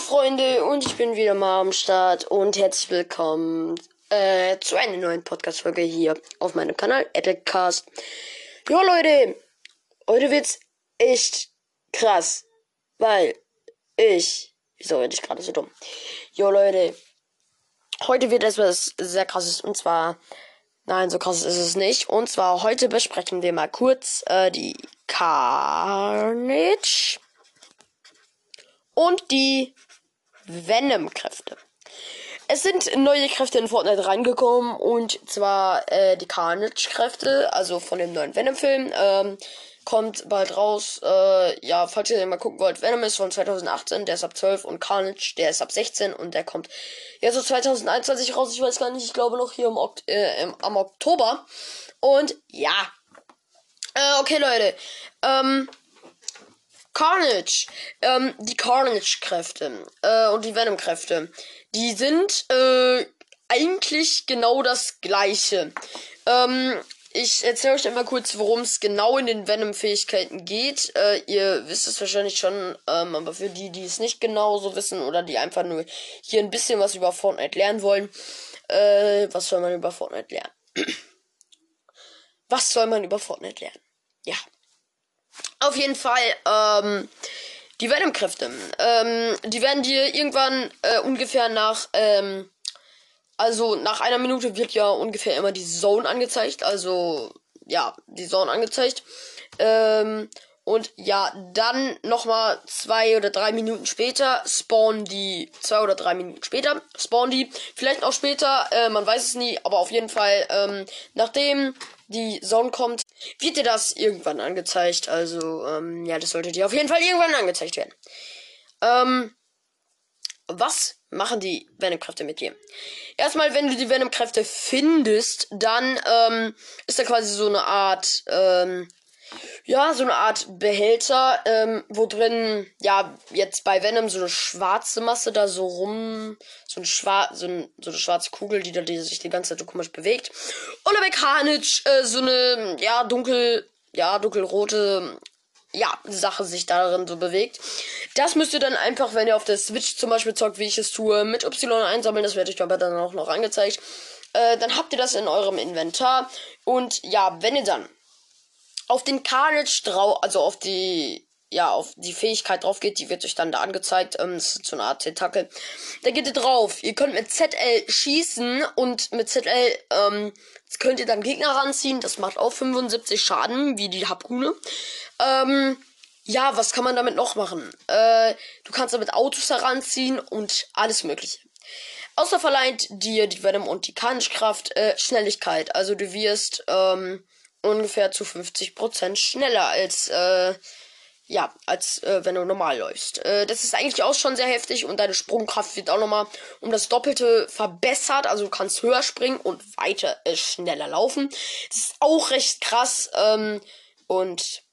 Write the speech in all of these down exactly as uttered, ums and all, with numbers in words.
Freunde, und ich bin wieder mal am Start und herzlich willkommen äh, zu einer neuen Podcast-Folge hier auf meinem Kanal Epicast. Jo Leute, heute wird's echt krass, weil ich, wieso werde ich gerade so dumm? Jo Leute, heute wird etwas sehr krasses, und zwar, nein, so krass ist es nicht, und zwar heute besprechen wir mal kurz äh, die Carnage und die Venom-Kräfte. Es sind neue Kräfte in Fortnite reingekommen, und zwar äh, die Carnage-Kräfte, also von dem neuen Venom-Film. Ähm, kommt bald raus. Äh, ja, falls ihr mal gucken wollt, Venom ist von zwanzig achtzehn, der ist ab zwölf, und Carnage, der ist ab sechzehn, und der kommt ja so zwanzig einundzwanzig raus. Ich weiß gar nicht, ich glaube noch hier im Okt äh, im, am Oktober. Und ja. Äh, okay, Leute. Ähm. Carnage, ähm, die Carnage-Kräfte äh, und die Venom-Kräfte, die sind äh, eigentlich genau das gleiche. Ähm, ich erzähle euch einmal kurz, worum es genau in den Venom-Fähigkeiten geht. Äh, ihr wisst es wahrscheinlich schon, ähm, aber für die, die es nicht genau so wissen oder die einfach nur hier ein bisschen was über Fortnite lernen wollen, äh, was soll man über Fortnite lernen? Was soll man über Fortnite lernen? Ja. Auf jeden Fall, ähm, die Venom-Kräfte, ähm, die werden dir irgendwann äh, ungefähr nach, ähm, also nach einer Minute wird ja ungefähr immer die Zone angezeigt, also, ja, die Zone angezeigt, ähm, und ja, dann nochmal zwei oder drei Minuten später spawnen die, zwei oder drei Minuten später spawnen die, vielleicht auch später, äh, man weiß es nie, aber auf jeden Fall, ähm, nachdem die Zone kommt, wird dir das irgendwann angezeigt. Also, ähm, ja, das sollte dir auf jeden Fall irgendwann angezeigt werden. Ähm, was machen die Venom-Kräfte mit dir? Erstmal, wenn du die Venom-Kräfte findest, dann, ähm, ist da quasi so eine Art, ähm, ja, so eine Art Behälter, ähm, wo drin, ja, jetzt bei Venom so eine schwarze Masse da so rum, so, ein schwar so, ein, so eine schwarze Kugel, die da die sich die ganze Zeit so komisch bewegt. Und bei Carnage äh, so eine, ja, dunkel, ja, dunkelrote, ja, Sache sich darin so bewegt. Das müsst ihr dann einfach, wenn ihr auf der Switch zum Beispiel zockt, wie ich es tue, mit Y einsammeln, das werde ich aber dann auch noch angezeigt. Äh, dann habt ihr das in eurem Inventar. Und ja, wenn ihr dann auf den Carnage drauf, also auf die, ja, auf die Fähigkeit drauf geht, die wird euch dann da angezeigt. Ähm, das ist so eine Art Tentakel. Da geht ihr drauf. Ihr könnt mit Z L schießen, und mit Z L, ähm, könnt ihr dann Gegner ranziehen. Das macht auch fünfundsiebzig Schaden, wie die Harpune. Ähm, ja, was kann man damit noch machen? Äh, du kannst damit Autos heranziehen und alles Mögliche. Außer verleiht dir die Venom und die Carnage-Kraft äh, Schnelligkeit. Also du wirst, ähm, ungefähr zu fünfzig Prozent schneller als, äh, ja, als äh, wenn du normal läufst. Äh, das ist eigentlich auch schon sehr heftig, und deine Sprungkraft wird auch nochmal um das Doppelte verbessert. Also du kannst höher springen und weiter äh, schneller laufen. Das ist auch recht krass. Ähm, und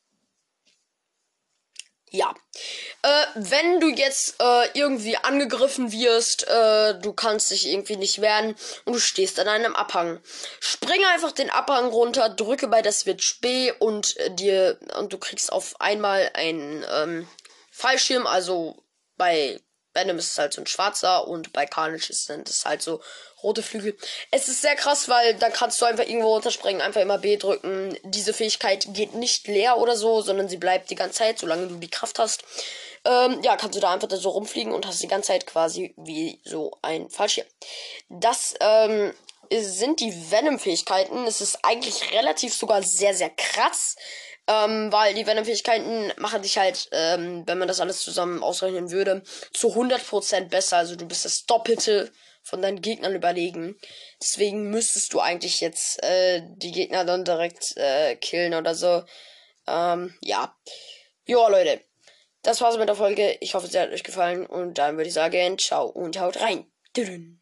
ja, äh, wenn du jetzt äh, irgendwie angegriffen wirst, äh, du kannst dich irgendwie nicht wehren und du stehst an einem Abhang. Springe einfach den Abhang runter, drücke bei der Switch B, und äh, dir und du kriegst auf einmal einen ähm, Fallschirm. Also bei Venom ist es halt so ein schwarzer, und bei Carnage sind es halt so rote Flügel. Es ist sehr krass, weil dann kannst du einfach irgendwo runterspringen, einfach immer B drücken. Diese Fähigkeit geht nicht leer oder so, sondern sie bleibt die ganze Zeit, solange du die Kraft hast. Ähm, ja, kannst du da einfach so rumfliegen und hast die ganze Zeit quasi wie so ein Fallschirm. Das, ähm, sind die Venom-Fähigkeiten. Es ist eigentlich relativ sogar sehr, sehr krass. Ähm, weil die Venom-Fähigkeiten machen dich halt, ähm, wenn man das alles zusammen ausrechnen würde, zu hundert Prozent besser. Also du bist das Doppelte von deinen Gegnern überlegen. Deswegen müsstest du eigentlich jetzt äh, die Gegner dann direkt äh, killen oder so. Ähm, ja. Joa, Leute. Das war's mit der Folge. Ich hoffe, es hat euch gefallen. Und dann würde ich sagen, ciao und haut rein. Tschüss.